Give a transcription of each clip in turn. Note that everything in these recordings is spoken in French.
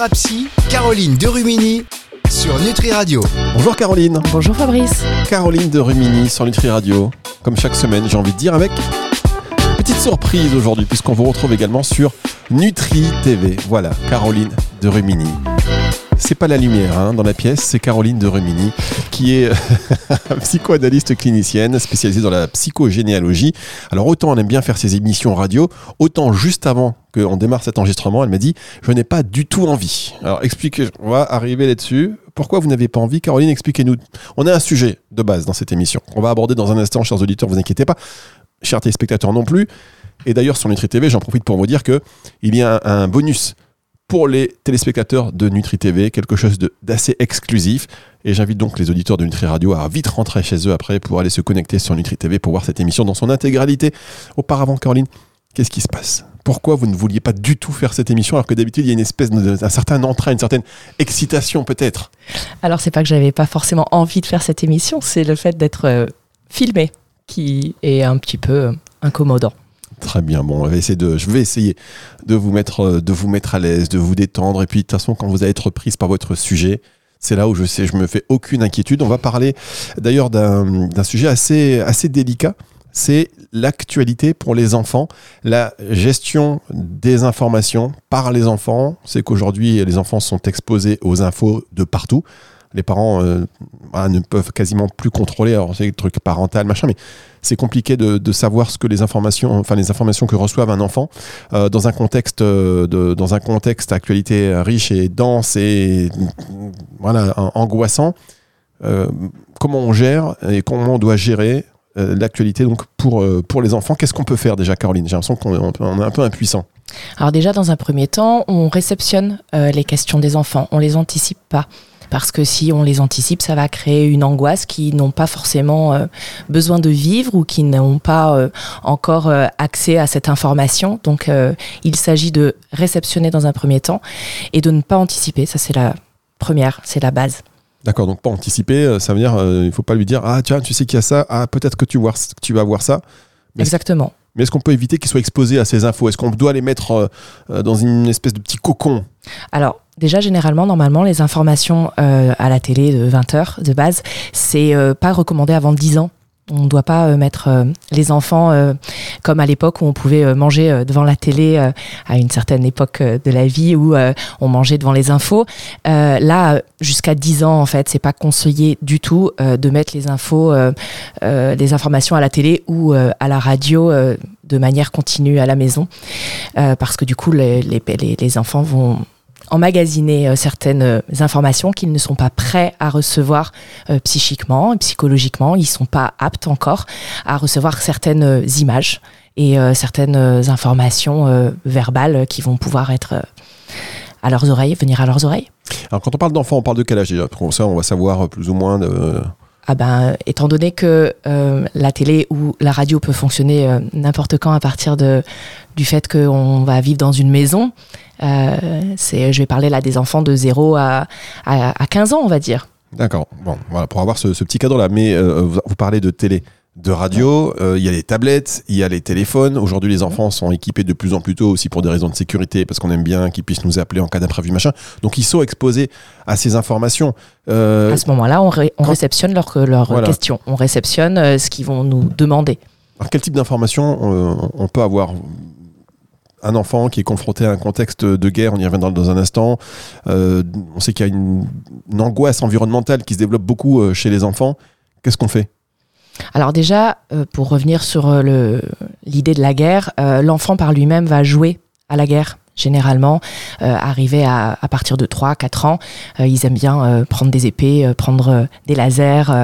Thérapie, Caroline de Rumini sur Nutri Radio. Bonjour Caroline. Bonjour Fabrice. Caroline de Rumini sur Nutri Radio. Comme chaque semaine, j'ai envie de dire avec petite surprise aujourd'hui puisqu'on vous retrouve également sur Nutri TV. Voilà, Caroline de Rumini. C'est pas la lumière dans la pièce, c'est Caroline de Rumini qui est psychoanalyste clinicienne spécialisée dans la psychogénéalogie. Alors autant on aime bien faire ses émissions radio, autant juste avant qu'on démarre cet enregistrement, elle m'a dit « je n'ai pas du tout envie ». Alors expliquez, on va arriver là-dessus. Pourquoi vous n'avez pas envie? Caroline, expliquez-nous. On a un sujet de base dans cette émission. On va aborder dans un instant, chers auditeurs, vous inquiétez pas, chers téléspectateurs non plus. Et d'ailleurs sur Nutri TV, j'en profite pour vous dire qu'il y a un bonus pour les téléspectateurs de Nutri TV, quelque chose d'assez exclusif. Et j'invite donc les auditeurs de Nutri Radio à vite rentrer chez eux après pour aller se connecter sur Nutri TV pour voir cette émission dans son intégralité. Auparavant, Caroline, qu'est-ce qui se passe? Pourquoi vous ne vouliez pas du tout faire cette émission alors que d'habitude il y a une espèce d'un certain entrain, une certaine excitation peut-être? Alors c'est pas que j'avais pas forcément envie de faire cette émission, c'est le fait d'être filmé qui est un petit peu incommodant. Très bien, bon, je vais essayer de vous mettre à l'aise, de vous détendre. Et puis, de toute façon, quand vous allez être prise par votre sujet, c'est là où je me fais aucune inquiétude. On va parler d'ailleurs d'un sujet assez délicat. C'est l'actualité pour les enfants, la gestion des informations par les enfants. C'est qu'aujourd'hui, les enfants sont exposés aux infos de partout. Les parents ne peuvent quasiment plus contrôler, alors c'est des trucs parentaux, machin, mais c'est compliqué de savoir ce que les informations que reçoivent un enfant dans un contexte actualité riche et dense et angoissant. Comment on gère et comment on doit gérer l'actualité donc pour les enfants? Qu'est-ce qu'on peut faire déjà, Caroline? J'ai l'impression qu'on est un peu impuissant. Alors déjà, dans un premier temps, on réceptionne les questions des enfants, on les anticipe pas. Parce que si on les anticipe, ça va créer une angoisse qu'ils n'ont pas forcément besoin de vivre ou qui n'ont pas encore accès à cette information. Donc, il s'agit de réceptionner dans un premier temps et de ne pas anticiper. Ça, c'est la première, c'est la base. D'accord, donc pas anticiper, ça veut dire il ne faut pas lui dire « Ah tiens, tu sais qu'il y a ça, peut-être que tu vas voir ça ». Exactement. Mais est-ce qu'on peut éviter qu'ils soient exposés à ces infos? Est-ce qu'on doit les mettre dans une espèce de petit cocon? Alors, déjà, généralement, normalement, les informations à la télé de 20h de base, c'est pas recommandé avant 10 ans. On ne doit pas mettre les enfants comme à l'époque où on pouvait manger devant la télé à une certaine époque de la vie où on mangeait devant les infos. Là, jusqu'à 10 ans, en fait, c'est pas conseillé du tout de mettre les informations à la télé ou à la radio de manière continue à la maison. Parce que du coup, les enfants vont emmagasiner certaines informations qu'ils ne sont pas prêts à recevoir psychiquement et psychologiquement. Ils ne sont pas aptes encore à recevoir certaines images et certaines informations verbales qui vont pouvoir être à leurs oreilles, venir à leurs oreilles. Alors quand on parle d'enfants, on parle de quel âge déjà? Pour ça, on va savoir plus ou moins de... étant donné que la télé ou la radio peut fonctionner n'importe quand à partir du fait qu'on va vivre dans une maison, je vais parler là des enfants de 0 à 15 ans, on va dire. D'accord. Bon, voilà, pour avoir ce petit cadre-là. Mais vous parlez de télé, de radio, il y a les tablettes, il y a les téléphones. Aujourd'hui, les enfants sont équipés de plus en plus tôt aussi pour des raisons de sécurité, parce qu'on aime bien qu'ils puissent nous appeler en cas d'imprévu, machin. Donc, ils sont exposés à ces informations. À ce moment-là, on réceptionne leurs questions. On réceptionne ce qu'ils vont nous demander. Alors, quel type d'informations on peut avoir? Un enfant qui est confronté à un contexte de guerre, on y reviendra dans un instant. On sait qu'il y a une angoisse environnementale qui se développe beaucoup chez les enfants. Qu'est-ce qu'on fait? Alors déjà, pour revenir sur l'idée de la guerre, l'enfant par lui-même va jouer à la guerre. Généralement, arrivé à partir de 3-4 ans, ils aiment bien prendre des épées, prendre des lasers,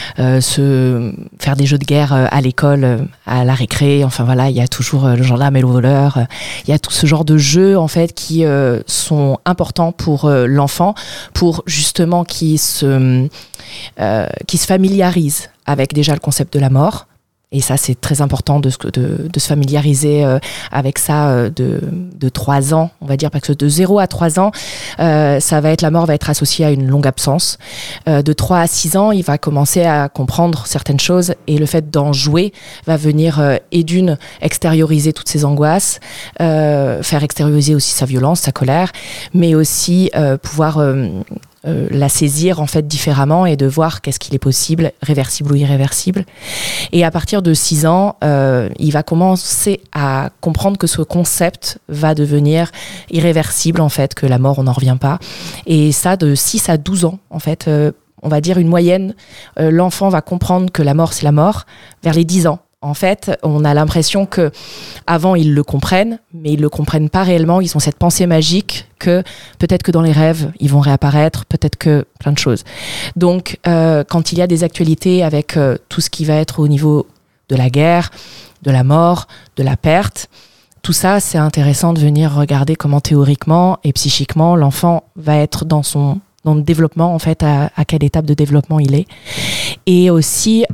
faire des jeux de guerre à l'école, à la récré. Enfin voilà, il y a toujours le gendarme et le voleur. Il y a tout ce genre de jeux en fait qui sont importants pour l'enfant, pour justement qu'il se familiarise avec déjà le concept de la mort. Et ça, c'est très important de se familiariser avec ça de 3 ans, on va dire, parce que de 0 à 3 ans, la mort va être associée à une longue absence. De 3 à 6 ans, il va commencer à comprendre certaines choses et le fait d'en jouer va venir extérioriser toutes ses angoisses, faire extérioriser aussi sa violence, sa colère, mais aussi pouvoir la saisir en fait différemment et de voir qu'est-ce qu'il est possible, réversible ou irréversible. Et à partir de 6 ans, il va commencer à comprendre que ce concept va devenir irréversible en fait, que la mort on n'en revient pas. Et ça de 6 à 12 ans en fait, on va dire une moyenne, l'enfant va comprendre que la mort c'est la mort vers les 10 ans. En fait, on a l'impression que avant ils le comprennent, mais ils le comprennent pas réellement. Ils ont cette pensée magique que peut-être que dans les rêves ils vont réapparaître, peut-être que plein de choses. Donc, quand il y a des actualités avec tout ce qui va être au niveau de la guerre, de la mort, de la perte, tout ça, c'est intéressant de venir regarder comment théoriquement et psychiquement l'enfant va être dans le développement, en fait, à quelle étape de développement il est. Et aussi,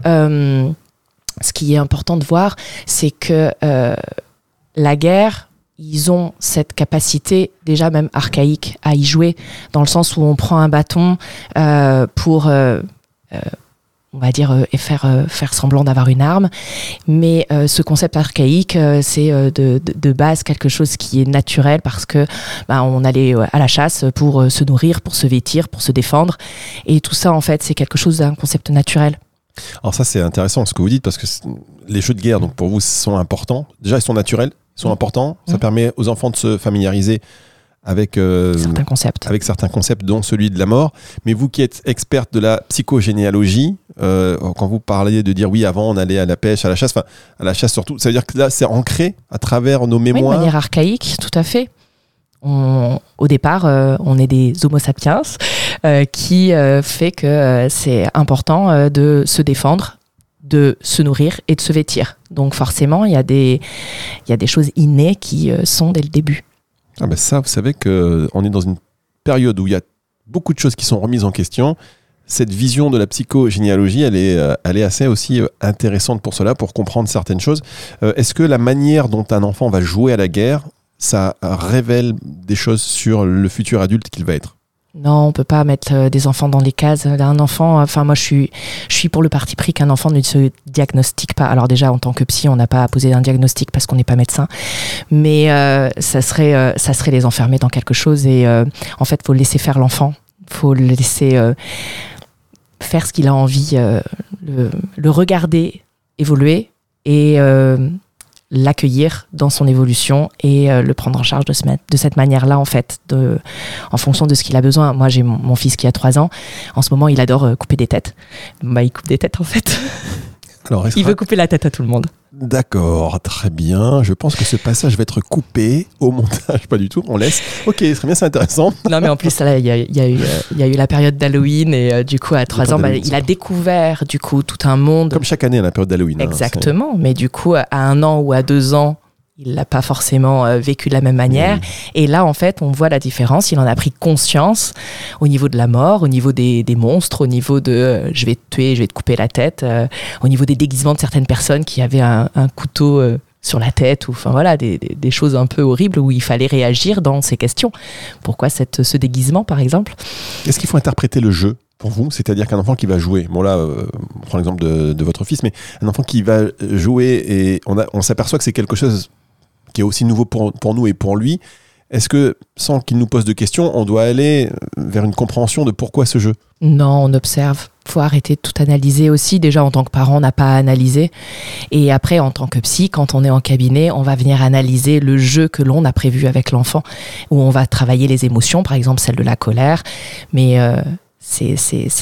ce qui est important de voir, c'est que la guerre, ils ont cette capacité, déjà même archaïque, à y jouer, dans le sens où on prend un bâton pour, on va dire, faire semblant d'avoir une arme. Mais ce concept archaïque, c'est de base quelque chose qui est naturel parce que on allait à la chasse pour se nourrir, pour se vêtir, pour se défendre. Et tout ça, en fait, c'est quelque chose d'un concept naturel. Alors ça, c'est intéressant ce que vous dites, parce que les jeux de guerre, donc pour vous, sont importants. Déjà, ils sont naturels, ils sont importants. Ça permet aux enfants de se familiariser avec certains concepts, dont celui de la mort. Mais vous qui êtes experte de la psychogénéalogie, quand vous parlez de dire oui, avant on allait à la pêche, à la chasse surtout, ça veut dire que là, c'est ancré à travers nos mémoires. Oui, de manière archaïque, tout à fait. Au départ, on est des homo sapiens qui fait que c'est important de se défendre, de se nourrir et de se vêtir. Donc forcément, il y a des choses innées qui sont dès le début. Ah ben ça, vous savez qu'on est dans une période où il y a beaucoup de choses qui sont remises en question. Cette vision de la psychogénéalogie, elle est assez aussi intéressante pour cela, pour comprendre certaines choses. Est-ce que la manière dont un enfant va jouer à la guerre, ça révèle des choses sur le futur adulte qu'il va être? Non, on peut pas mettre des enfants dans les cases. Un enfant, moi je suis pour le parti pris qu'un enfant ne se diagnostique pas. Alors déjà, en tant que psy, on n'a pas à poser un diagnostic parce qu'on n'est pas médecin, mais ça serait les enfermer dans quelque chose. Et en fait, faut laisser faire l'enfant, faut le laisser faire ce qu'il a envie, le regarder évoluer et l'accueillir dans son évolution et le prendre en charge de cette manière-là, en fait, en fonction de ce qu'il a besoin. Moi, j'ai mon fils qui a 3 ans. En ce moment, il adore couper des têtes. Il coupe des têtes, en fait. Alors, il veut couper la tête à tout le monde. D'accord, très bien. Je pense que ce passage va être coupé au montage, pas du tout. On laisse. Ok, très bien, c'est intéressant. Non, mais en plus, là, il y a eu la période d'Halloween et du coup, à 3 ans, il a découvert du coup tout un monde. Comme chaque année à la période d'Halloween. Exactement, mais du coup, à 1 an ou à 2 ans, il l'a pas forcément vécu de la même manière. Et là, en fait, on voit la différence. Il en a pris conscience au niveau de la mort, au niveau des monstres, au niveau de je vais te tuer, je vais te couper la tête, au niveau des déguisements de certaines personnes qui avaient un couteau sur la tête, ou enfin voilà, des choses un peu horribles où il fallait réagir dans ces questions. Pourquoi ce déguisement, par exemple? Est-ce qu'il faut interpréter le jeu pour vous? C'est-à-dire qu'un enfant qui va jouer, bon là, on prend l'exemple de votre fils, mais un enfant qui va jouer et on s'aperçoit que c'est quelque chose qui est aussi nouveau pour nous et pour lui. Est-ce que, sans qu'il nous pose de questions, on doit aller vers une compréhension de pourquoi ce jeu? Non, on observe. Il faut arrêter de tout analyser aussi. Déjà, en tant que parent, on n'a pas à analyser. Et après, en tant que psy, quand on est en cabinet, on va venir analyser le jeu que l'on a prévu avec l'enfant, où on va travailler les émotions, par exemple celle de la colère. Mais c'est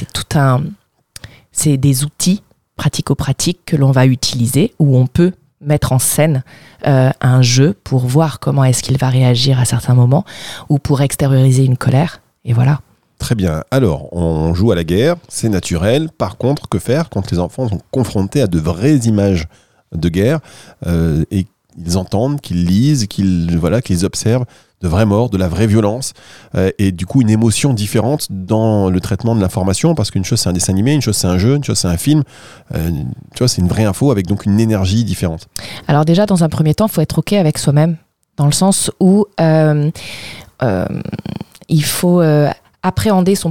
des outils pratico-pratiques que l'on va utiliser, où on peut mettre en scène un jeu pour voir comment est-ce qu'il va réagir à certains moments ou pour extérioriser une colère. Et voilà. Très bien. Alors, on joue à la guerre, c'est naturel. Par contre, que faire quand les enfants sont confrontés à de vraies images de guerre et qu'ils entendent, qu'ils lisent, qu'ils observent de vraies morts, de la vraie violence, et du coup une émotion différente dans le traitement de l'information, parce qu'une chose c'est un dessin animé, une chose c'est un jeu, une chose c'est un film, tu vois, c'est une vraie info avec donc une énergie différente. Alors déjà, dans un premier temps, il faut être OK avec soi-même, dans le sens où il faut appréhender sa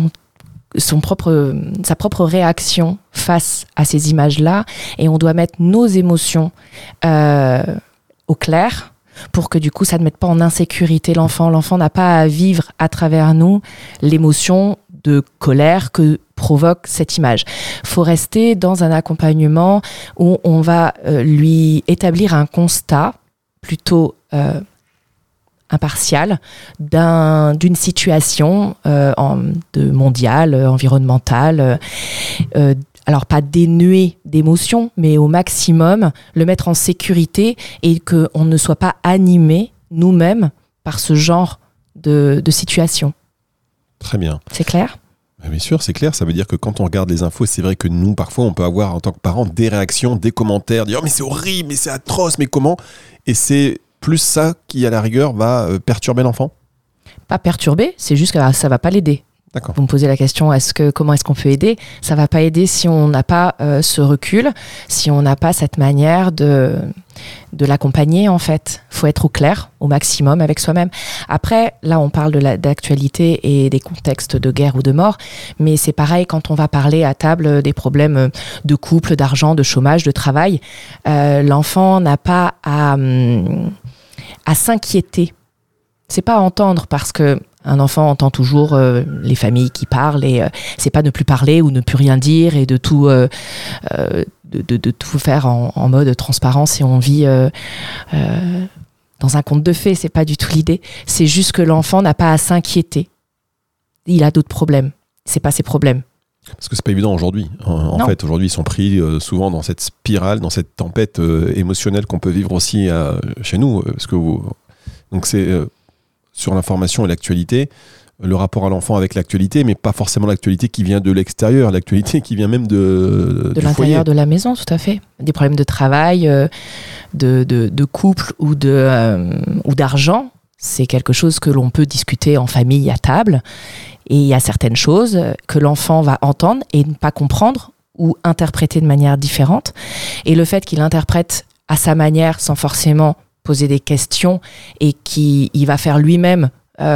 propre réaction face à ces images-là, et on doit mettre nos émotions au clair, pour que du coup ça ne mette pas en insécurité l'enfant. L'enfant n'a pas à vivre à travers nous l'émotion de colère que provoque cette image. Il faut rester dans un accompagnement où on va lui établir un constat plutôt impartial d'une situation mondiale, environnementale, alors pas dénué d'émotions, mais au maximum le mettre en sécurité, et qu'on ne soit pas animé nous-mêmes par ce genre de situation. Très bien. C'est clair ? Bien sûr, c'est clair. Ça veut dire que quand on regarde les infos, c'est vrai que nous, parfois, on peut avoir en tant que parents des réactions, des commentaires, dire « Oh, mais c'est horrible, mais c'est atroce, mais comment ?» Et c'est plus ça qui, à la rigueur, va perturber l'enfant ? Pas perturber, c'est juste que ça va pas l'aider. D'accord. Vous me posez la question, comment est-ce qu'on peut aider ? Ça va pas aider si on n'a pas ce recul, si on n'a pas cette manière de l'accompagner, en fait. Il faut être au clair, au maximum, avec soi-même. Après, là, on parle d'actualité et des contextes de guerre ou de mort, mais c'est pareil quand on va parler à table des problèmes de couple, d'argent, de chômage, de travail. L'enfant n'a pas à s'inquiéter. C'est pas à entendre, parce que un enfant entend toujours les familles qui parlent, et c'est pas ne plus parler ou ne plus rien dire et de tout faire en mode transparent si on vit dans un conte de fées. C'est pas du tout l'idée. C'est juste que l'enfant n'a pas à s'inquiéter. Il a d'autres problèmes. C'est pas ses problèmes. Parce que c'est pas évident aujourd'hui. En fait, aujourd'hui, ils sont pris souvent dans cette spirale, dans cette tempête émotionnelle qu'on peut vivre aussi chez nous. Parce que donc c'est sur l'information et l'actualité, le rapport à l'enfant avec l'actualité, mais pas forcément l'actualité qui vient de l'extérieur, l'actualité qui vient même de l'intérieur foyer. De la maison, tout à fait. Des problèmes de travail, de couple ou d'argent, c'est quelque chose que l'on peut discuter en famille à table. Et il y a certaines choses que l'enfant va entendre et ne pas comprendre ou interpréter de manière différente. Et le fait qu'il interprète à sa manière, sans forcément poser des questions, et qu'il va faire lui-même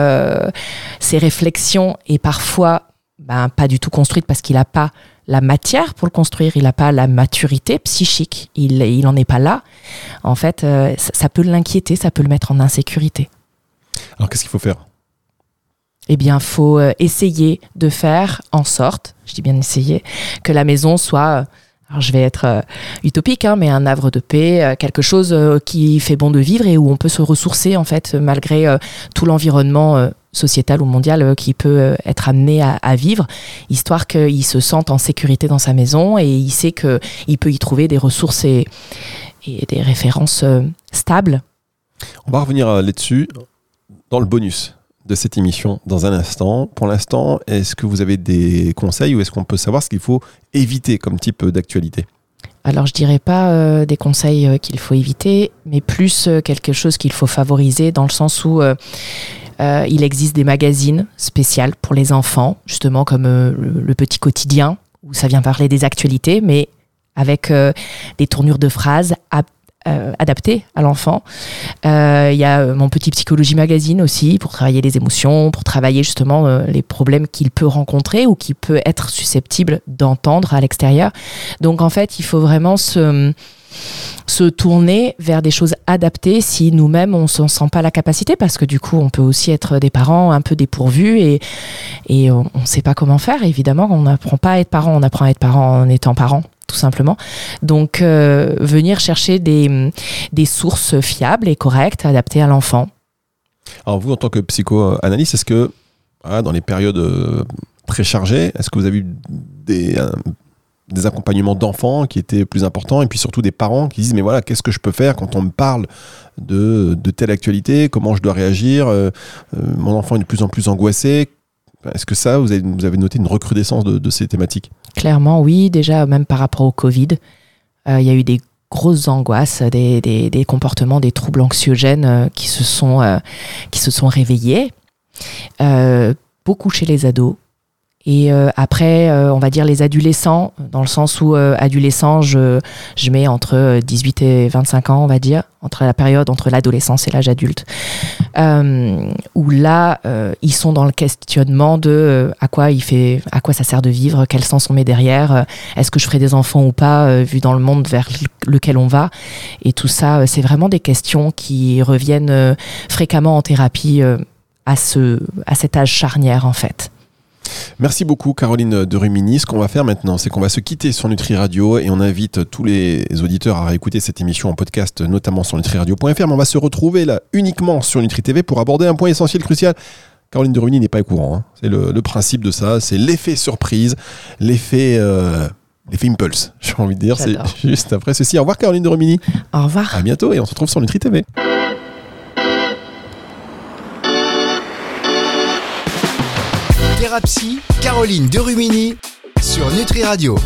ses réflexions, et parfois pas du tout construites, parce qu'il n'a pas la matière pour le construire, il n'a pas la maturité psychique, il n'en est pas là. En fait, ça peut l'inquiéter, ça peut le mettre en insécurité. Alors qu'est-ce qu'il faut faire ? Eh bien, il faut essayer de faire en sorte, je dis bien essayer, que la maison soit... Alors je vais être utopique, mais un havre de paix, quelque chose qui fait bon de vivre et où on peut se ressourcer, en fait, malgré tout l'environnement sociétal ou mondial qui peut être amené à vivre, histoire qu'il se sente en sécurité dans sa maison, et il sait qu'il peut y trouver des ressources et des références stables. On va revenir là-dessus dans le bonus de cette émission dans un instant. Pour l'instant, est-ce que vous avez des conseils, ou est-ce qu'on peut savoir ce qu'il faut éviter comme type d'actualité ? Alors, je dirais pas des conseils qu'il faut éviter, mais plus quelque chose qu'il faut favoriser, dans le sens où il existe des magazines spéciaux pour les enfants, justement comme le Petit Quotidien, où ça vient parler des actualités, mais avec des tournures de phrases adapté à l'enfant. Il y a Mon Petit Psychologie Magazine aussi, pour travailler les émotions, pour travailler justement les problèmes qu'il peut rencontrer ou qu'il peut être susceptible d'entendre à l'extérieur. Donc en fait, il faut vraiment se tourner vers des choses adaptées si nous-mêmes on ne s'en sent pas la capacité, parce que du coup on peut aussi être des parents un peu dépourvus et on ne sait pas comment faire. Évidemment, on n'apprend pas à être parent, on apprend à être parent en étant parent, tout simplement. Donc venir chercher des sources fiables et correctes, adaptées à l'enfant. Alors vous, en tant que psychoanalyste, est-ce que dans les périodes très chargées, est-ce que vous avez eu des accompagnements d'enfants qui étaient plus importants, et puis surtout des parents qui disent mais voilà, qu'est-ce que je peux faire quand on me parle de telle actualité, comment je dois réagir, mon enfant est de plus en plus angoissé. Est-ce que ça, vous avez noté une recrudescence de ces thématiques ? Clairement, oui. Déjà, même par rapport au Covid, il y a eu des grosses angoisses, des comportements, des troubles anxiogènes qui se sont réveillés, beaucoup chez les ados. Et après, on va dire les adolescents, dans le sens où adolescents, je mets entre 18 et 25 ans, on va dire, entre la période entre l'adolescence et l'âge adulte, où là, ils sont dans le questionnement de à quoi ça sert de vivre, quel sens on met derrière, est-ce que je ferai des enfants ou pas, vu dans le monde vers lequel on va. Et tout ça, c'est vraiment des questions qui reviennent fréquemment en thérapie à cet âge charnière, en fait. Merci beaucoup Caroline de Rumini. Ce qu'on va faire maintenant, c'est qu'on va se quitter sur Nutri Radio et on invite tous les auditeurs à réécouter cette émission en podcast, notamment sur nutriradio.fr. Mais on va se retrouver là uniquement sur Nutri TV pour aborder un point essentiel, crucial. Caroline de Rumini n'est pas au courant. C'est le principe de ça, c'est l'effet surprise, l'effet impulse, j'ai envie de dire. J'adore. C'est juste après ceci. Au revoir Caroline de Rumini. Au revoir. À bientôt et on se retrouve sur Nutri TV. Thérapie, Caroline de Rumini sur Nutri Radio.